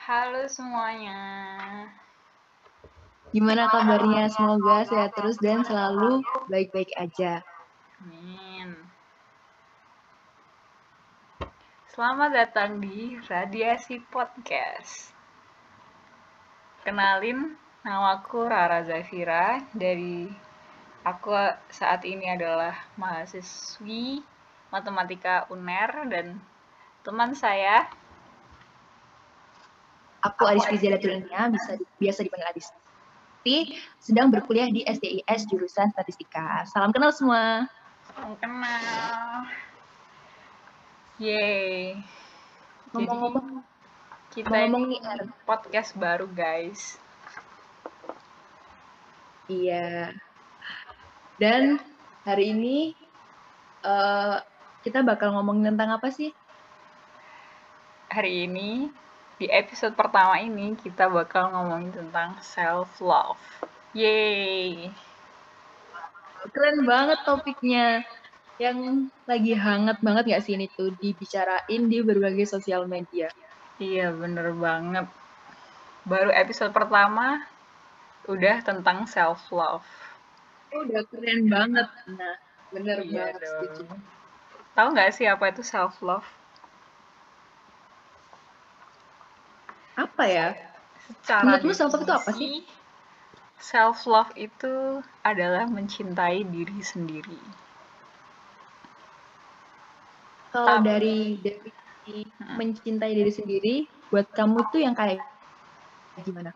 Halo semuanya. Gimana kabarnya? Semoga sehat terus dan selalu baik-baik aja. Amin. Selamat datang di Radiasi Podcast. Kenalin, namaku Rara Zafira aku saat ini adalah mahasiswi Matematika UNER dan teman saya. Aku Aris Rizela Tulenia, biasa dipanggil Adis. Sedang berkuliah di SDIS jurusan Statistika. Salam kenal semua. Salam kenal. Yeay. Jadi Ngomong-ngomong kita ini nih, podcast baru, guys. Iya. Dan hari ini kita bakal ngomongin tentang apa sih? Hari ini, di episode pertama ini, kita bakal ngomongin tentang self-love. Yeay! Keren banget topiknya. Yang lagi hangat banget gak sih ini tuh dibicarain di berbagai sosial media. Iya, bener banget. Baru episode pertama, udah tentang self-love. Udah keren banget. Nah, bener Iya banget setuju. dong. Tahu nggak sih apa itu self-love? Apa ya? Secara Menurutmu self-love itu apa sih? definisi, self-love itu adalah mencintai diri sendiri. Kalau Tapi, dari definisi mencintai diri sendiri, buat kamu tuh yang kayak gimana?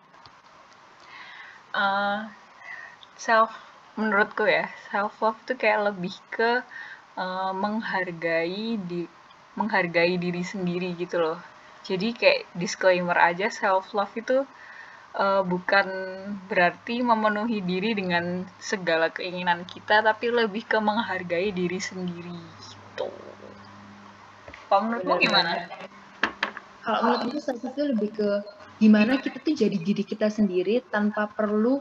uh, self menurutku ya, self love itu kayak lebih ke menghargai diri sendiri gitu loh. Jadi kayak disclaimer aja, self love itu bukan berarti memenuhi diri dengan segala keinginan kita, tapi lebih ke menghargai diri sendiri gitu. Kalau menurutmu Bener gimana? banget. Kalau menurutku self itu lebih ke gimana kita tuh jadi diri kita sendiri tanpa perlu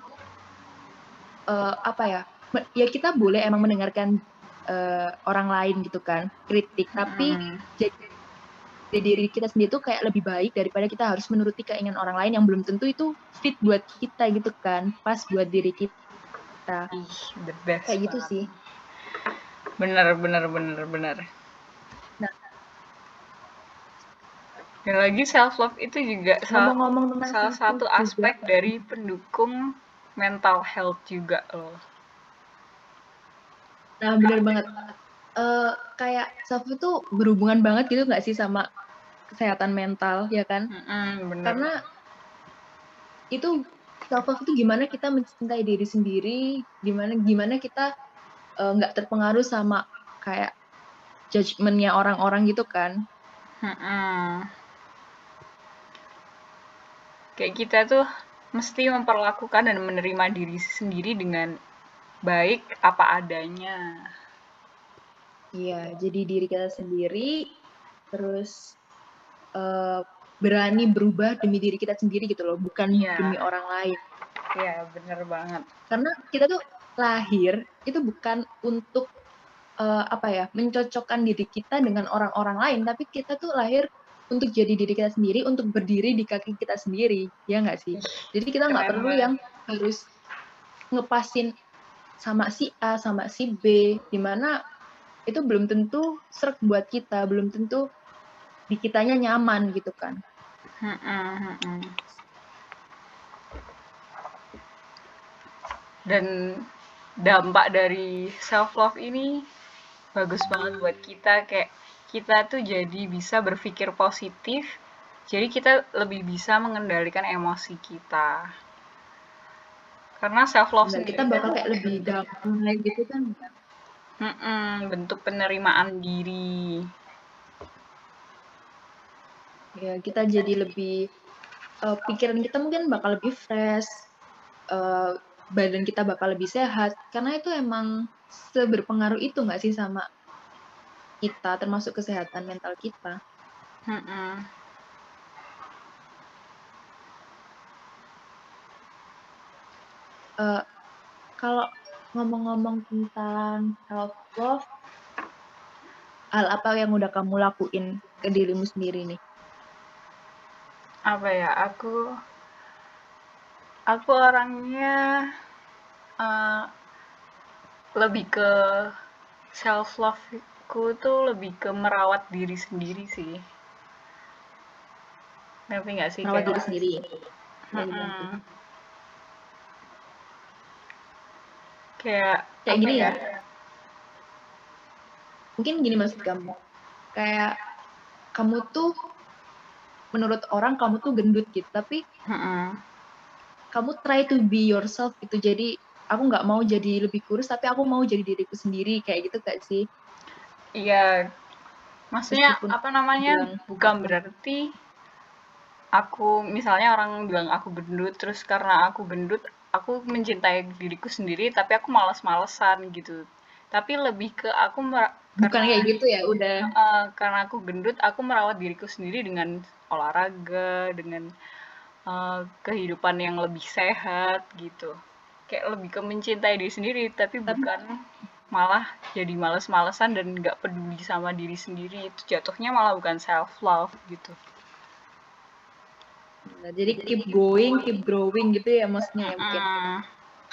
apa ya? Ya kita boleh emang mendengarkan orang lain gitu kan, kritik, tapi Hmm, jadi diri kita sendiri tuh kayak lebih baik daripada kita harus menuruti keinginan orang lain yang belum tentu itu fit buat kita gitu kan, pas buat diri kita. ih, the best Kayak gitu banget. sih. Bener, bener, bener, bener. Nah, Dan lagi self love itu juga ngomong-ngomong tentang salah self satu love juga, aspek dari pendukung mental health juga loh. nah bener banget. Kayak self love itu berhubungan banget gitu nggak sih sama kesehatan mental, ya kan? Bener. Karena itu self love itu gimana kita mencintai diri sendiri, gimana kita nggak terpengaruh sama kayak judgementnya orang-orang gitu kan? Mm-mm. Kayak kita tuh mesti memperlakukan dan menerima diri sendiri dengan baik apa adanya. Iya, jadi diri kita sendiri, terus uh, berani berubah demi diri kita sendiri gitu loh, bukan demi Iya, orang lain. iya bener banget. Karena kita tuh lahir itu bukan untuk apa ya, mencocokkan diri kita dengan orang-orang lain, tapi kita tuh lahir untuk jadi diri kita sendiri, untuk berdiri di kaki kita sendiri, ya nggak sih? Ih, Jadi kita nggak keren perlu banget. yang harus ngepasin sama si A, sama si B, dimana itu belum tentu serk buat kita, belum tentu di kitanya nyaman gitu kan. Mm-mm, mm-mm. Dan dampak dari self love ini bagus banget buat kita, kayak kita tuh jadi bisa berpikir positif, jadi kita lebih bisa mengendalikan emosi kita karena self love Benar, kita sendiri bakal tuh kayak lebih damai gitu kan. bentuk penerimaan diri. Ya, kita jadi lebih pikiran kita mungkin bakal lebih fresh, badan kita bakal lebih sehat, karena itu emang seberpengaruh itu nggak sih sama kita, termasuk kesehatan mental kita. Mm-mm. Kalau ngomong-ngomong tentang self-love, hal apa yang udah kamu lakuin ke dirimu sendiri nih? Apa ya, aku orangnya eh, lebih ke self love ku tuh lebih ke merawat diri sendiri sih. Ngerti nggak sih Merawat kayak diri sendiri. Ya, gimana tuh? mm-mm. Kayak Kayak apa gini ya? ya, mungkin gini maksud kamu. Kayak kamu tuh, menurut orang kamu tuh gendut gitu, tapi Mm-mm. kamu try to be yourself gitu. Jadi aku nggak mau jadi lebih kurus, tapi aku mau jadi diriku sendiri kayak gitu gak sih? Iya, maksudnya Meskipun apa namanya? bilang Bukan berarti aku misalnya orang bilang aku gendut, terus karena aku gendut, aku mencintai diriku sendiri, tapi aku malas-malesan gitu. Tapi lebih ke bukan karena kayak gitu ya, udah. karena aku gendut, aku merawat diriku sendiri dengan olahraga, dengan kehidupan yang lebih sehat gitu. Kayak lebih ke mencintai diri sendiri, tapi Tapi bukan malah jadi males-malesan dan nggak peduli sama diri sendiri. Itu jatuhnya malah bukan self love gitu. jadi keep going, keep growing gitu ya maksudnya ya mungkin. Mm-mm.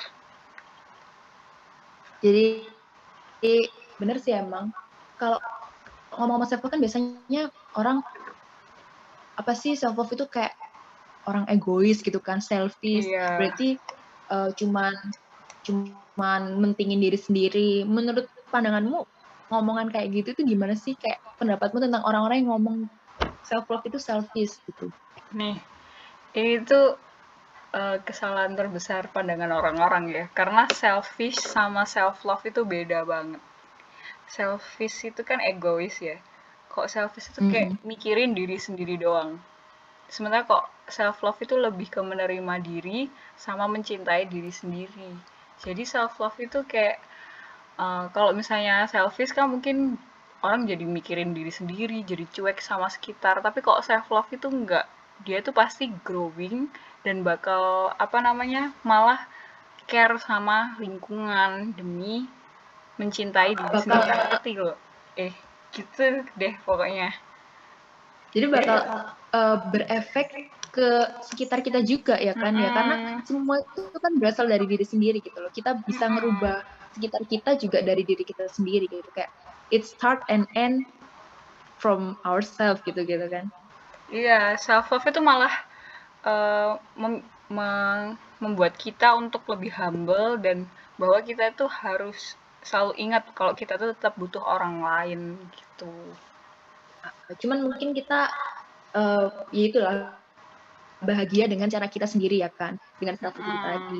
Jadi bener sih emang. Kalau ngomong-ngomong self love kan biasanya orang apa sih, self love itu kayak orang egois gitu kan, selfish. Iya. Berarti cuman cuman mentingin diri sendiri. Menurut pandanganmu, ngomongan kayak gitu itu gimana sih? Kayak pendapatmu tentang orang-orang yang ngomong self love itu selfish gitu. Nih, ini tuh kesalahan terbesar pandangan orang-orang ya. Karena selfish sama self love itu beda banget. Selfish itu kan egois ya. Kok selfish itu kayak Mm-mm. mikirin diri sendiri doang. Sementara kok self love itu lebih ke menerima diri sama mencintai diri sendiri. Jadi self love itu kayak kalau misalnya selfish kan mungkin orang jadi mikirin diri sendiri, jadi cuek sama sekitar. Tapi kok self love itu enggak. Dia tuh pasti growing dan bakal apa namanya? Malah care sama lingkungan demi mencintai diri Bakal sendiri. Ngerti loh. Gitu deh pokoknya. Jadi bakal berefek ke sekitar kita juga ya kan ya, karena Mm-mm. semua itu kan berasal dari diri sendiri gitu loh. Kita bisa Mm-mm. ngerubah sekitar kita juga dari diri kita sendiri gitu, kayak it start and end from ourselves gitu gitu kan. Iya, self love itu malah eh, mem- membuat kita untuk lebih humble dan bahwa kita itu harus selalu ingat kalau kita tuh tetap butuh orang lain gitu. Cuman mungkin kita ya itulah, bahagia dengan cara kita sendiri ya kan, dengan self love itu Mm. tadi.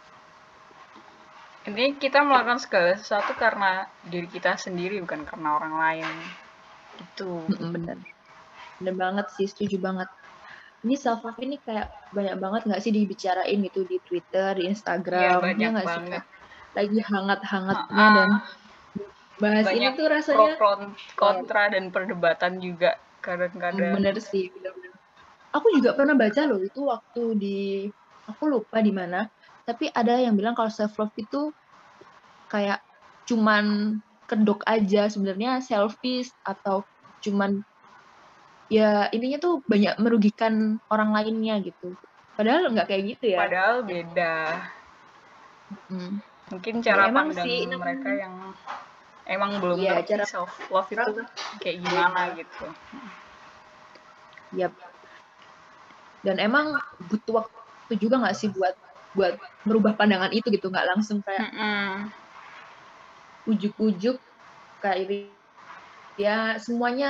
Ini kita melakukan segala sesuatu karena diri kita sendiri bukan karena orang lain. Itu. Bener, bener banget sih, setuju banget. Ini self love ini kayak banyak banget nggak sih dibicarain gitu di Twitter, di Iya Instagram, ya banyak nggak sih banget. kak? Lagi hangat-hangatnya, dan Ha-ha. bahas ini Banyak tuh pro rasanya kayak kontra dan perdebatan juga kadang-kadang. bener sih, bener-bener. Aku juga pernah baca loh itu waktu di, aku lupa di mana, tapi ada yang bilang kalau self love itu kayak cuman kedok aja, sebenarnya selfish atau cuman ya intinya tuh banyak merugikan orang lainnya gitu. Padahal nggak kayak gitu ya. Padahal beda. Hmm. Mungkin Ya cara emang pandang sih, mereka yang emang belum iya ngerti cara self love itu orang kayak gimana beda. gitu. Ya, dan emang butuh waktu juga nggak sih buat buat merubah pandangan itu gitu, nggak langsung kayak Mm-mm. ujuk-ujuk kayak ini, ya semuanya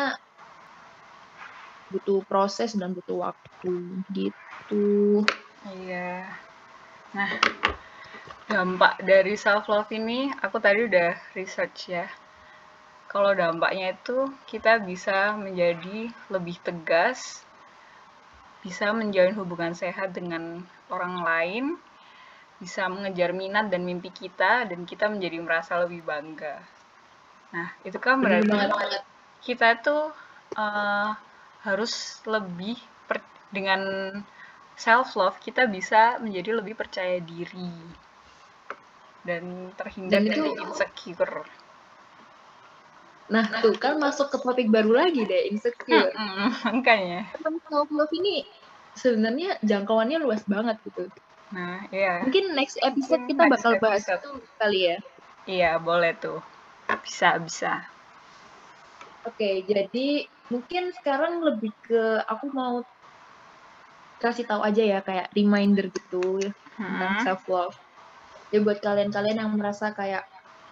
butuh proses dan butuh waktu gitu. Iya. Nah, dampak dari self love ini aku tadi udah research ya. Kalau dampaknya itu kita bisa menjadi lebih tegas, bisa menjalin hubungan sehat dengan orang lain, bisa mengejar minat dan mimpi kita, dan kita menjadi merasa lebih bangga. Nah, itu kan Bener berarti banget. kita tuh eh, harus lebih dengan self love kita bisa menjadi lebih percaya diri dan terhindar Dan itu, dari insecure. nah tuh kan masuk ke topik baru lagi deh, insecure. Makanya. Tentang self love ini sebenarnya jangkauannya luas banget gitu. Nah, iya. Mungkin next episode Mungkin kita next bakal bahas episode. itu kali ya. Iya, boleh tuh. Bisa. Oke, jadi mungkin sekarang lebih ke aku mau kasih tahu aja ya kayak reminder gitu ya, tentang Hmm. self love. Ya buat kalian-kalian yang merasa kayak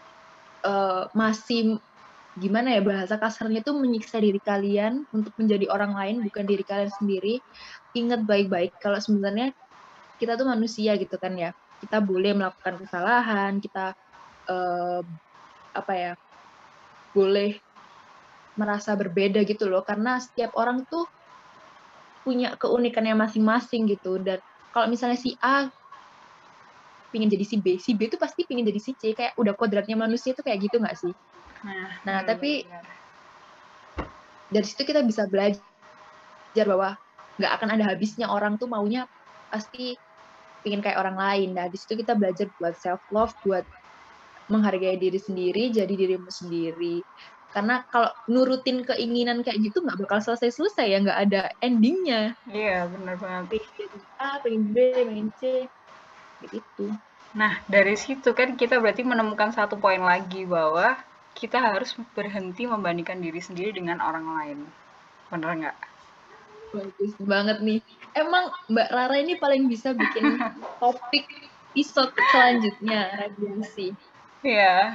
masih gimana ya bahasa kasarnya tuh menyiksa diri kalian untuk menjadi orang lain bukan diri kalian sendiri. Ingat baik-baik kalau sebenarnya kita tuh manusia gitu kan ya. Kita boleh melakukan kesalahan, kita eh, apa ya, boleh merasa berbeda gitu loh karena setiap orang tuh punya keunikannya masing-masing gitu. Dan kalau misalnya si A pingin jadi si B tuh pasti pingin jadi si C, kayak udah kodratnya manusia tuh kayak gitu nggak sih? Nah, Nah, tapi benar-benar. dari situ kita bisa belajar bahwa nggak akan ada habisnya orang tuh maunya pasti pingin kayak orang lain. Nah, di situ kita belajar buat self love, buat menghargai diri sendiri, jadi dirimu sendiri. Karena kalau nurutin keinginan kayak gitu nggak bakal selesai-selesai ya, nggak ada endingnya. Iya, benar banget. Pengen jadi A, pengen B, pengen C, gitu. Nah, dari situ kan kita berarti menemukan satu poin lagi bahwa kita harus berhenti membandingkan diri sendiri dengan orang lain. Bener nggak? Bagus banget nih. Emang Mbak Rara ini paling bisa bikin topik episode selanjutnya, radiasi. Iya,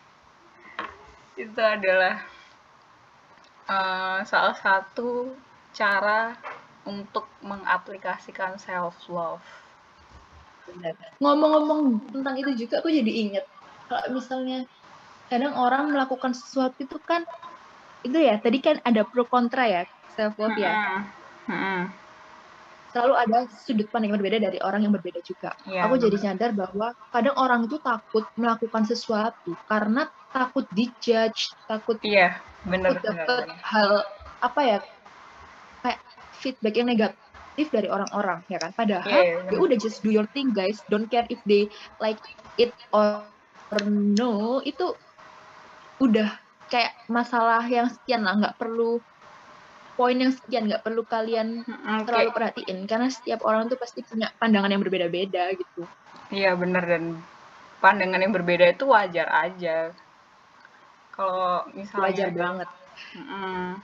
itu adalah salah satu cara untuk mengaplikasikan self love. Benar. Ngomong-ngomong tentang itu juga aku jadi inget. Kalau misalnya kadang orang melakukan sesuatu itu kan, itu ya, tadi kan ada pro kontra ya, self love ya. Mm-mm. Mm-mm. Selalu ada sudut pandang yang berbeda dari orang yang berbeda juga. Iya, Aku jadi benar. sadar bahwa kadang orang itu takut melakukan sesuatu karena takut dijudge, takut Iya, benar, takut benar, dapet benar. hal apa ya, kayak feedback yang negatif dari orang-orang ya kan. Iya, Padahal iya, ya benar. udah, just do your thing guys, don't care if they like it or no. Itu udah kayak masalah yang sekian lah, nggak perlu poin yang sekian, nggak perlu kalian Kayak terlalu perhatiin karena setiap orang tuh pasti punya pandangan yang berbeda-beda gitu. iya benar, dan pandangan yang berbeda itu wajar aja. Kalau Wajar misalnya banget. mm,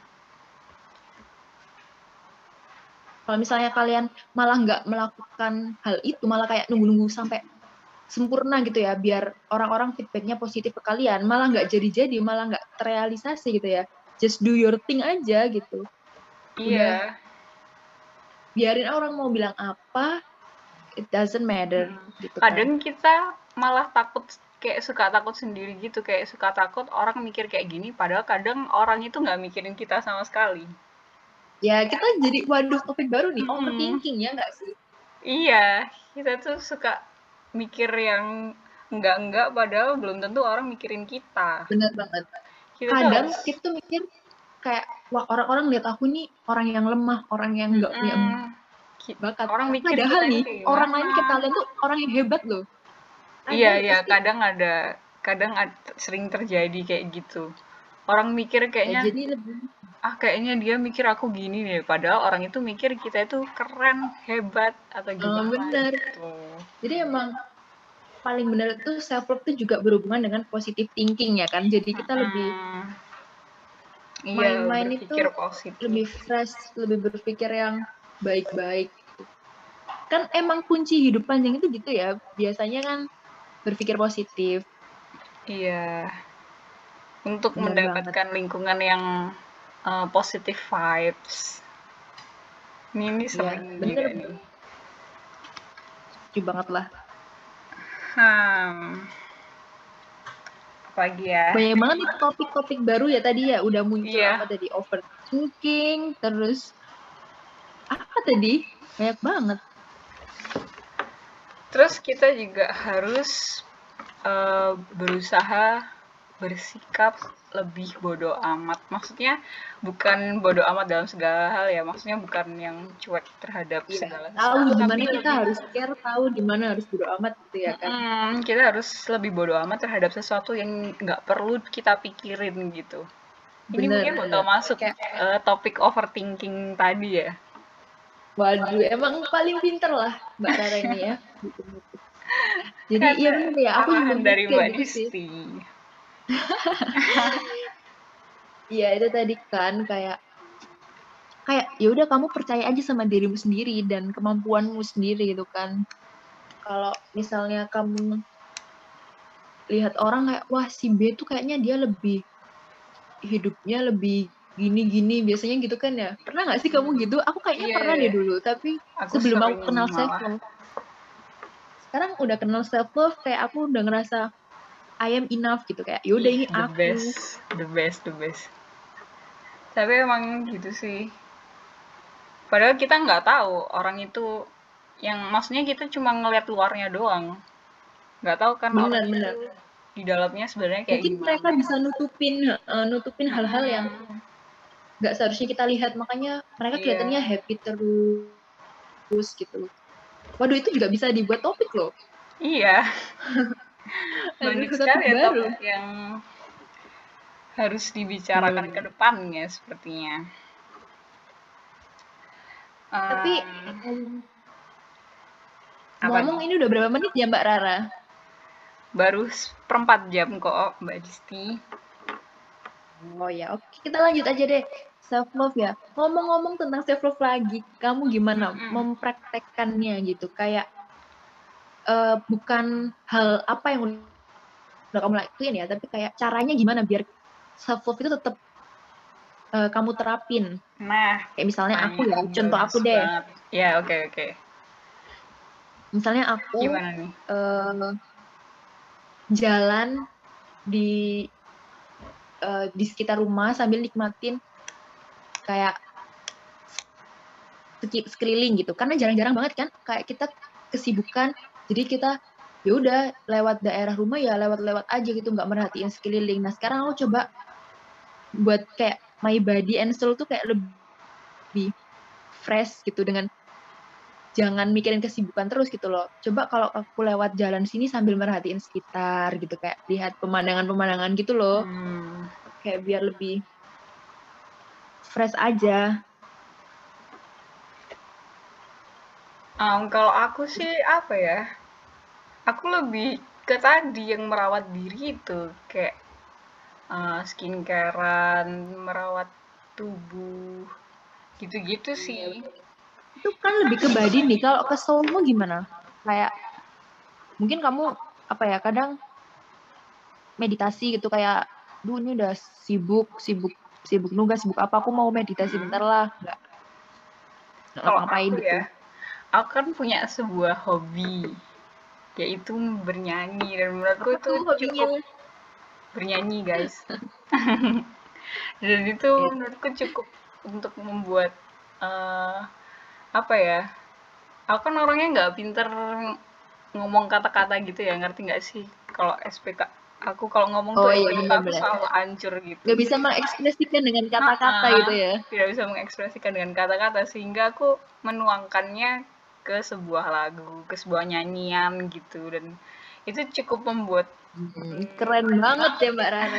Kalau misalnya kalian malah nggak melakukan hal itu, malah kayak nunggu-nunggu sampai sempurna gitu ya, biar orang-orang feedbacknya positif ke kalian, malah nggak jadi-jadi, malah nggak terrealisasi gitu ya. Just do your thing aja gitu. Udah, iya, biarin orang mau bilang apa, it doesn't matter gitu kan. kadang kita malah takut, kayak suka takut sendiri gitu, kayak suka takut orang mikir kayak gini, padahal kadang orang itu nggak mikirin kita sama sekali. Ya, kita jadi, waduh, topik baru nih, Mm-mm. overthinking ya nggak sih? Iya, kita tuh suka mikir yang enggak-enggak, padahal belum tentu orang mikirin kita. Bener banget. Kita tuh Kadang harus kita tuh mikir kayak, wah, orang-orang lihat aku nih orang yang lemah, orang yang nggak punya mm-mm, bakat. orang mikir Padahal kita ini nih, kayak orang lain gimana. ke kalian tuh orang yang hebat loh. Iya, Ada iya, pasti. sering terjadi kayak gitu. Orang mikir Ya, kayaknya, jadi lebih, kayaknya dia mikir aku gini deh, padahal orang itu mikir kita itu keren, hebat, atau gimana bener. gitu. Jadi emang paling bener tuh self love tuh juga berhubungan dengan positive thinking ya kan. Jadi kita lebih Mm-mm. Iya, main-main itu berpikir positif. lebih fresh, lebih berpikir yang baik-baik. Kan emang kunci hidup panjang itu gitu ya. Biasanya kan berpikir positif. Iya, untuk Bener banget. mendapatkan lingkungan yang positive vibes. Ini Ya, sering bener juga nih. banget. Setuju banget lah. Hmm, apa lagi ya? Banyak banget nih topik-topik baru ya tadi ya. Udah muncul apa Iya, tadi, overthinking, terus apa tadi? Banyak banget. terus kita juga harus berusaha bersikap lebih bodoh amat. Maksudnya bukan bodoh amat dalam segala hal ya. Maksudnya bukan yang cuek terhadap Iya, segala tahu sesuatu, di tapi mana kita lebih harus care, tahu di mana harus bodo amat gitu ya kan. kita harus lebih bodoh amat terhadap sesuatu yang nggak perlu kita pikirin gitu. Ini Bener, mungkin bakal bener. masuk Kayak, topik overthinking tadi ya. Waduh, emang paling pinter lah Mbak Rara ini ya. Jadi Kan iya bener ya, aku juga arahan dari kayak Mbak gitu sih. Disti. Iya itu tadi kan kayak kayak ya udah kamu percaya aja sama dirimu sendiri dan kemampuanmu sendiri gitu kan. Kalau misalnya kamu lihat orang kayak wah si B tuh kayaknya dia lebih hidupnya lebih gini-gini biasanya gitu kan ya. Pernah nggak sih kamu gitu? Aku kayaknya Iya, pernah deh dulu, tapi aku sebelum aku sering kenal self malah. love, sekarang udah kenal self love kayak aku udah ngerasa I am enough gitu kayak yaudah Ih, ini the aku. best, the best, the best. Tapi emang gitu sih. Padahal kita nggak tahu orang itu yang maksudnya kita cuma ngelihat luarnya doang. Nggak tahu kan orang itu Benar-benar. di dalamnya sebenarnya kayak Mungkin mereka gimana. bisa nutupin hal-hal yang Mm-mm. nggak seharusnya kita lihat, makanya mereka kelihatannya Iya, happy terus gitu. Waduh, itu juga bisa dibuat topik loh. iya. Aduh, Banyak topik sekali ya baru. topik yang harus dibicarakan ke Bener-bener. depannya sepertinya. Tapi Em, apa ngomong nih? ini udah berapa menit ya Mbak Rara? Baru seperempat jam kok, Mbak Disti. Oh ya, oke kita lanjut aja deh. Self love ya. Ngomong-ngomong tentang self love lagi, kamu gimana Mm-mm. mempraktekkannya gitu? Kayak bukan hal apa yang udah kamu lakuin ya, tapi kayak caranya gimana biar self love itu tetap kamu terapin. Nah, Kayak misalnya aku ya, pertanyaan contoh aku bagus deh. banget. Ya, oke, oke. Misalnya aku Gimana nih? eh, jalan di di sekitar rumah sambil nikmatin kayak sekeliling gitu. Karena jarang-jarang banget kan kayak kita kesibukan. Jadi kita ya udah lewat daerah rumah ya lewat-lewat aja gitu nggak merhatiin sekeliling. Nah, sekarang aku coba buat kayak my body and soul tuh kayak lebih fresh gitu dengan jangan mikirin kesibukan terus gitu loh. Coba kalau aku lewat jalan sini sambil merhatiin sekitar gitu kayak lihat pemandangan-pemandangan gitu loh. Hmm, Kayak biar lebih fresh aja. kalau aku sih apa ya? Aku lebih ke tadi yang merawat diri itu, kayak skincarean, merawat tubuh, gitu-gitu Iya, sih. itu kan lebih ke body nih. Kalau ke soulmu gimana? Kayak mungkin kamu apa ya kadang meditasi gitu kayak, duh ini udah sibuk sibuk sibuk nugas sibuk apa aku mau meditasi bentar Mm-mm. lah nggak Kalau ngapa-ngapain aku gitu. ya, aku kan punya sebuah hobi, yaitu bernyanyi, dan menurutku Apa itu tuh hobinya? cukup bernyanyi, guys. Dan itu Ya. menurutku cukup untuk membuat eh, apa ya? Aku kan orangnya nggak pinter ngomong kata-kata gitu ya, ngerti nggak sih? Kalau SPK, aku kalau ngomong tuh Oh iya SPK aku benar-benar selalu hancur gitu. nggak bisa mengekspresikan dengan kata-kata Heeh, gitu ya. tidak bisa mengekspresikan dengan kata-kata sehingga aku menuangkannya ke sebuah lagu, ke sebuah nyanyian gitu dan itu cukup membuat Keren banget ya Mbak Rara.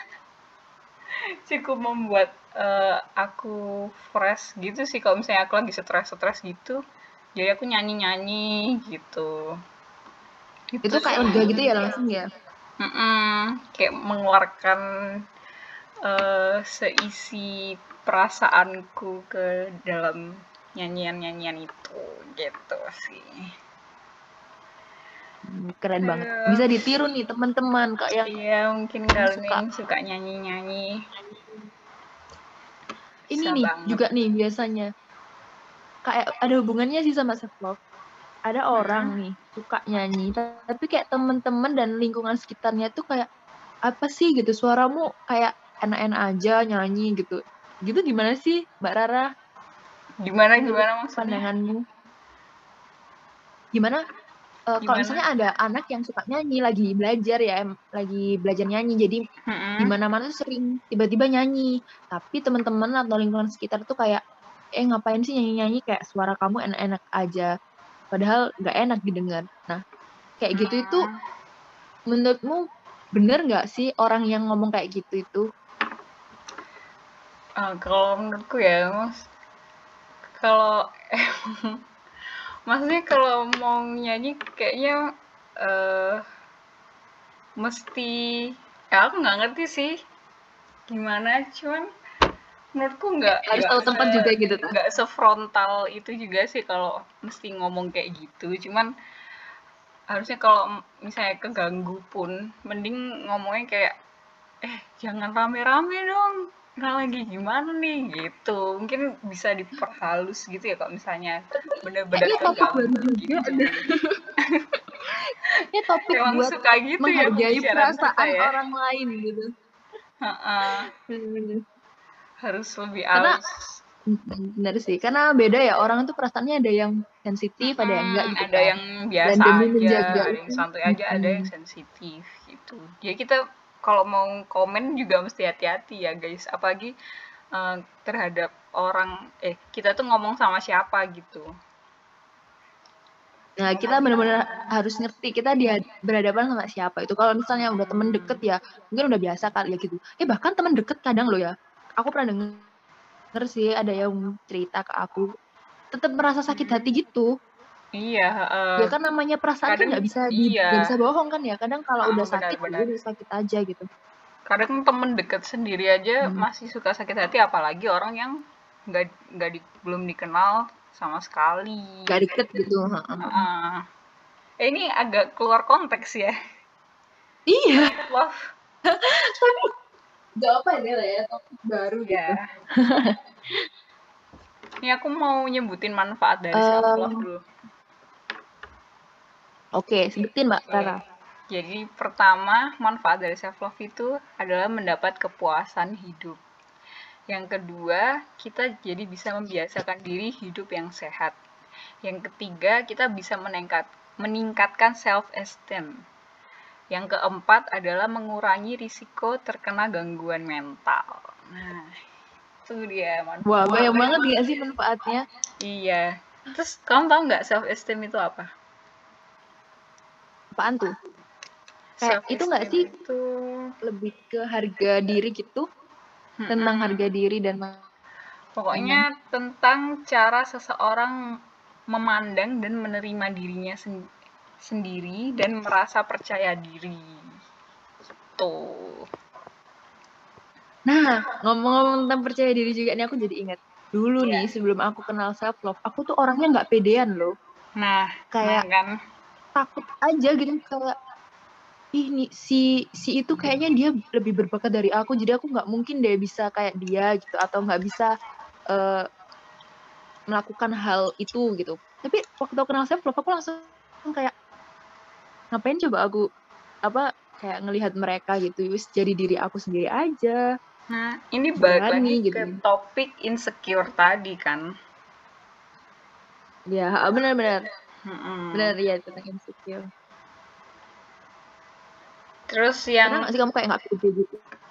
cukup membuat aku fresh gitu sih kalau misalnya aku lagi stres-stres gitu. Jadi aku nyanyi-nyanyi gitu. Itu Itu kayak sih. lega gitu ya langsung ya. Kayak mengeluarkan seisi perasaanku ke dalam nyanyian-nyanyian itu gitu sih. Keren banget Aduh, bisa ditiru nih teman-teman kak iya mungkin yang kalian suka yang suka nyanyi-nyanyi ini bisa nih banget. juga nih biasanya kayak ada hubungannya sih sama self love. Ada orang Mm-mm. nih suka nyanyi, tapi kayak temen-temen dan lingkungan sekitarnya tuh kayak apa sih gitu suaramu kayak enak-enak aja nyanyi gitu. Gitu gimana sih Mbak Rara Gimana menurut gimana maksudnya? pandanganmu? Gimana kalau Gimana? misalnya ada anak yang suka nyanyi lagi belajar ya, lagi belajar nyanyi jadi di Mm-mm. mana-mana tuh sering tiba-tiba nyanyi, tapi teman-teman atau lingkungan sekitar tuh kayak ngapain sih nyanyi-nyanyi kayak suara kamu enak-enak aja. Padahal nggak enak didengar. Nah, kayak gitu itu Hmm. menurutmu bener nggak sih orang yang ngomong kayak gitu itu? Kalau menurutku ya mas, Kalau maksudnya kalau mau nyanyi kayaknya eh mesti, ya aku nggak ngerti sih gimana, cuman menurutku Harus tahu tempat juga gitu ta. nggak sefrontal itu juga sih kalau mesti ngomong kayak gitu. Cuman harusnya kalau misalnya keganggu pun mending ngomongnya kayak jangan rame-rame dong, nah lagi gimana nih gitu. Mungkin bisa diperhalus gitu ya kalau misalnya benar-benar Kayaknya topik baru keganggu juga gitu. deh. Ini topik Emang buat suka gitu ya menghargai pembicaraan kita perasaan ya. orang lain gitu. Heeh, Bener-bener. harus lebih Karena halus. bener sih, karena beda ya orang itu perasaannya ada yang sensitif, ada yang enggak gitu Ada kan. yang biasa Dan demi aja, menjaga ada yang itu, santuy aja, ada yang sensitif gitu. Jadi kita kalau mau komen juga mesti hati-hati ya guys, apalagi terhadap orang, kita tuh ngomong sama siapa gitu. nah kita benar-benar harus ngerti kita berhadapan sama siapa itu. Kalau misalnya udah temen deket ya, mungkin udah biasa kali ya gitu. Bahkan temen deket kadang loh ya, aku pernah denger sih ada yang cerita ke aku, tetap merasa sakit hati gitu. Iya, Ya kan namanya perasaan kan kadang nggak bisa iya, bohong kan ya. Kadang kalau udah sakit ya benar-benar. udah sakit aja gitu. Kadang temen deket sendiri aja Hmm. masih suka sakit hati, apalagi orang yang belum dikenal sama sekali. Gak deket gitu. Heeh. Ini agak keluar konteks ya. Iya, Love. tapi gak apa ini lah ya topik baru gitu. Ya. Ini aku mau nyebutin manfaat dari self love dulu. Oke, sebutin Mbak Rara. Jadi pertama, manfaat dari self love itu adalah mendapat kepuasan hidup. Yang kedua, kita jadi bisa membiasakan diri hidup yang sehat. Yang ketiga, kita bisa meningkatkan self esteem. Yang keempat adalah mengurangi risiko terkena gangguan mental. Nah, itu dia Wah, manfaat. banyak banget gak sih manfaatnya? Iya. Terus kamu tahu nggak self esteem itu apa? Apaan tuh? Kayak Self itu gak esteem sih itu lebih ke harga diri gitu? Tentang harga diri dan pokoknya tentang cara seseorang memandang dan menerima dirinya sendiri dan merasa percaya diri. Tuh. Nah, ngomong-ngomong tentang percaya diri juga nih aku jadi ingat. Dulu Ya. nih sebelum aku kenal self love, aku tuh orangnya nggak pedean loh. Nah Kayak kan. takut aja gitu kayak ini si itu kayaknya dia lebih berbakat dari aku, jadi aku nggak mungkin deh bisa kayak dia gitu atau nggak bisa eh, melakukan hal itu gitu. Tapi waktu aku kenal self love aku langsung kayak ngapain coba aku apa kayak ngelihat mereka gitu, wis jadi diri aku sendiri aja, Nah, ini balik berani lagi gitu. ke topik insecure tadi kan. Ya, benar-benar Mm-mm. benar ya tentang insecure. Terus Pernah yang nggak sih kamu kayak nggak pede gitu?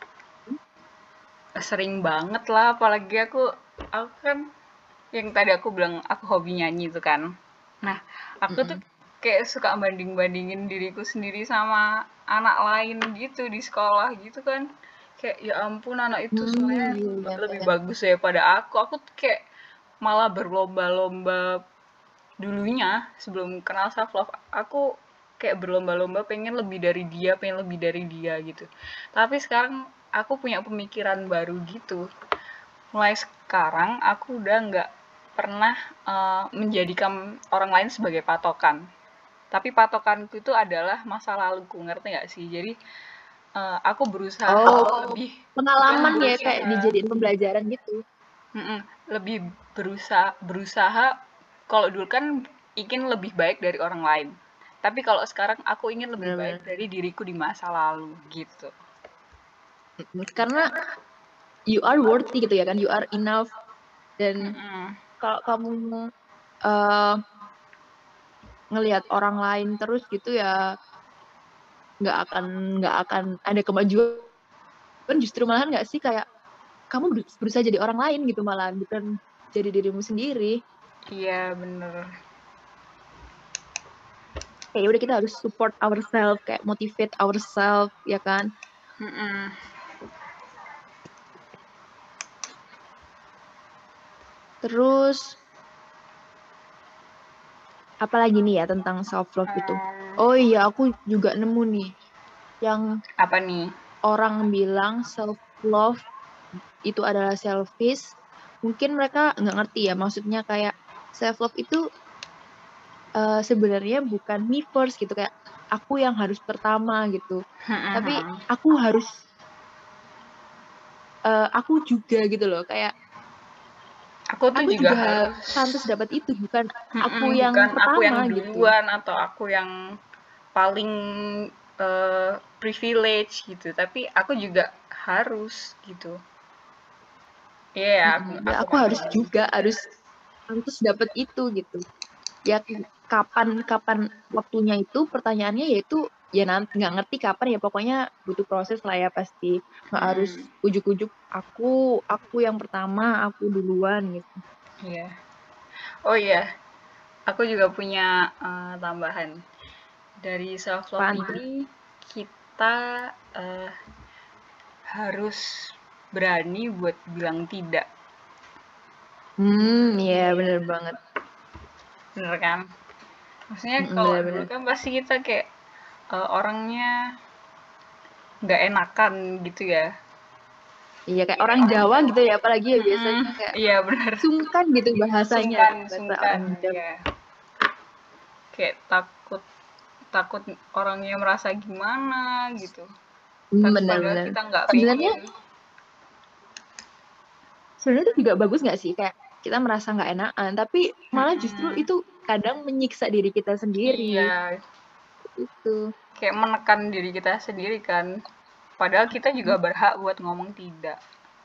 sering banget lah, apalagi aku kan yang tadi aku bilang aku hobi nyanyi itu kan. Nah, aku tuh Mm-mm. kayak suka banding-bandingin diriku sendiri sama anak lain gitu di sekolah gitu kan. Kayak ya ampun anak itu sebenarnya Iya, iya, lebih iya. bagus daripada aku. Aku tuh kayak malah berlomba-lomba dulunya sebelum kenal self love. Aku kayak berlomba-lomba pengen lebih dari dia, pengen lebih dari dia gitu. Tapi sekarang aku punya pemikiran baru gitu. Mulai sekarang aku udah nggak pernah menjadikan orang lain sebagai patokan. Tapi patokanku itu adalah masa laluku, ngerti nggak sih? Jadi aku berusaha Oh, lebih bukan pengalaman ya kayak berusaha, dijadiin pembelajaran gitu. lebih berusaha. Kalau dulu kan ingin lebih baik dari orang lain. Tapi kalau sekarang aku ingin lebih baik Benar-benar. dari diriku di masa lalu gitu. Karena you are worthy gitu ya kan, you are enough. Dan Mm-mm. kalau kamu eh ngelihat orang lain terus gitu ya nggak akan ada kemajuan, justru malahan nggak sih kayak kamu berusaha jadi orang lain gitu malahan bukan jadi dirimu sendiri. Iya bener. Kayak udah kita harus support ourselves, kayak motivate ourselves ya kan. Mm-mm. Terus apalagi nih ya tentang self love itu. Hmm, Oh iya, aku juga nemu nih yang apa nih? orang bilang self love itu adalah selfish. Mungkin mereka nggak ngerti ya, maksudnya kayak self love itu sebenarnya bukan me first gitu, kayak aku yang harus pertama gitu. Tapi aku juga gitu loh, kayak Aku tuh aku juga juga harus, pantas dapat itu, bukan aku yang bukan aku yang pertama gitu. duluan atau aku yang paling privilege gitu, tapi aku juga harus gitu. Iya ya, Ya aku aku harus paham. juga harus pantas dapat itu gitu. Ya kapan kapan waktunya itu pertanyaannya yaitu ya nanti nggak ngerti kapan ya, pokoknya butuh proses lah ya pasti, nggak harus Mm-mm, ujuk-ujuk aku yang pertama, aku duluan gitu. iya. Oh iya, aku juga punya tambahan. Dari self love Apaan tuh? ini kita harus berani buat bilang tidak. Iya bener banget. Bener kan? Maksudnya kalau dulu Bener-bener. kan pasti kita kayak orangnya nggak enakan gitu ya. Iya kayak Kayak orang orang Jawa Jawa. gitu ya, apalagi ya Mm-mm, biasanya kayak iya bener. sungkan gitu bahasanya, Sungkan, bahasa sungkan, orang Jawa. ya. Kayak takut takut orangnya merasa gimana gitu. Tapi padahal Bener-bener. kita nggak Sebenarnya pengen. sebenarnya itu juga bagus nggak sih, kayak kita merasa nggak enakan, tapi malah justru Mm-mm. itu kadang menyiksa diri kita sendiri. Iya, Itu kayak menekan diri kita sendiri kan. Padahal kita juga berhak buat ngomong tidak.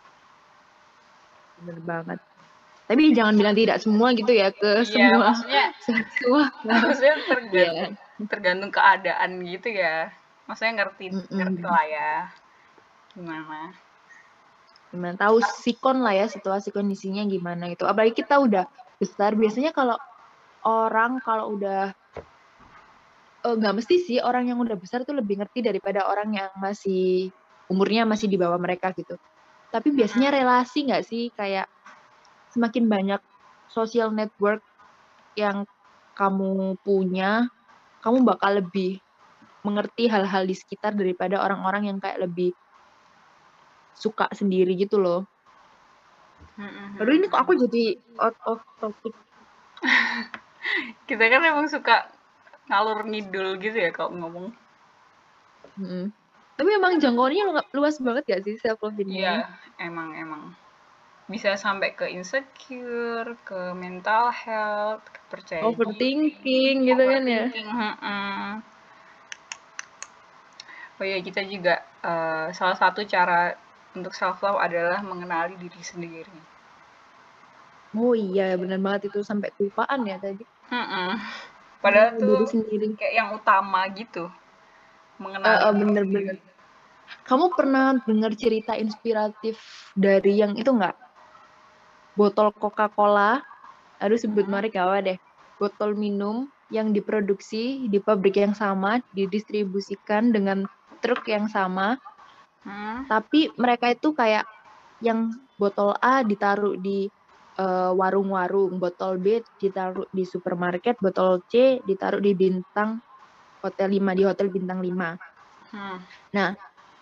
bener banget. Tapi jangan bilang tidak semua gitu ya ke Iya, semua maksudnya semua. maksudnya Iya. tergantung keadaan gitu ya. Maksudnya ngerti ngerti Mm-mm. lah ya gimana. Gimana tahu sikon lah ya situasi kondisinya gimana gitu. Apalagi kita udah besar. Biasanya kalau orang kalau udah nggak mesti sih, orang yang udah besar tuh lebih ngerti daripada orang yang masih umurnya masih di bawah mereka gitu. Tapi biasanya Mm-mm. relasi nggak sih, kayak semakin banyak social network yang kamu punya, kamu bakal lebih mengerti hal-hal di sekitar daripada orang-orang yang kayak lebih suka sendiri gitu loh. Aduh ini kok aku Mm-mm. jadi out of topic. Kita kan emang suka ngalur ngidul gitu ya kalau ngomong. Mm-mm. Tapi emang jangkauannya luas banget gak sih self love Iya, ini? emang bisa sampai ke insecure, ke mental health, ke percaya diri, Overthinking gitu kan ya. overthinking. Oh iya, kita juga salah satu cara untuk self love adalah mengenali diri sendiri. Oh iya benar banget, itu sampai kelupaan ya tadi. Mm-mm. Padahal tuh Diri sendiri. kayak yang utama gitu, mengenali diri Bener-bener. sendiri. Kamu pernah dengar cerita inspiratif dari yang itu nggak? Botol Coca-Cola, aduh sebut Mm-mm. merek gak apa deh. Botol minum yang diproduksi di pabrik yang sama, didistribusikan dengan truk yang sama, Hmm. tapi mereka itu kayak yang botol A ditaruh di warung-warung, botol B ditaruh di supermarket, botol C ditaruh di bintang hotel 5 di hotel bintang 5. Hmm. Nah,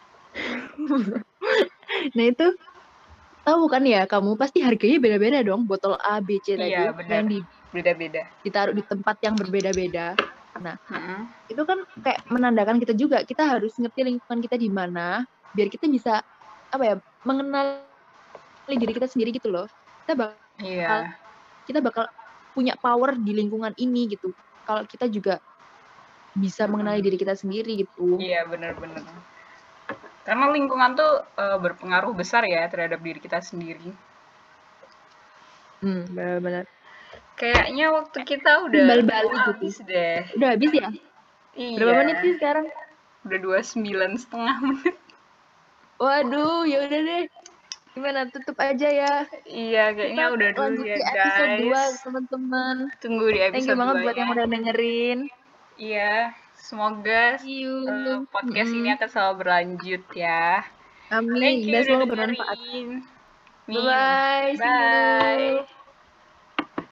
nah itu tahu kan ya, kamu pasti harganya beda-beda dong, botol A, B, C Iya tadi benar, yang beda-beda. ditaruh di tempat yang berbeda-beda. Nah, Mm-mm. itu kan kayak menandakan kita juga, kita harus ngerti lingkungan kita di mana biar kita bisa apa ya, mengenali diri kita sendiri gitu loh. Kita bakal Iya. kita bakal punya power di lingkungan ini gitu. Kalau kita juga bisa mengenali Mm-mm. diri kita sendiri gitu. Iya benar-benar. Karena lingkungan tuh berpengaruh besar ya terhadap diri kita sendiri. Benar-benar. Kayaknya waktu kita udah Timbal mau balik gitu. habis deh. Udah habis ya? Berapa Iya, menit sih sekarang? udah 29,5 menit. Waduh, ya udah deh. Gimana, tutup aja ya. Iya, Kita kayaknya udah dulu lanjut ya di episode guys. 2 teman-teman. Tunggu di Thank you episode banget buat 2-nya. yang udah dengerin. Iya, semoga See you. podcast ini akan selalu berlanjut ya. Thank Amin. you Dan udah semoga bermanfaat. dengerin. Min. Bye-bye. See Bye. you.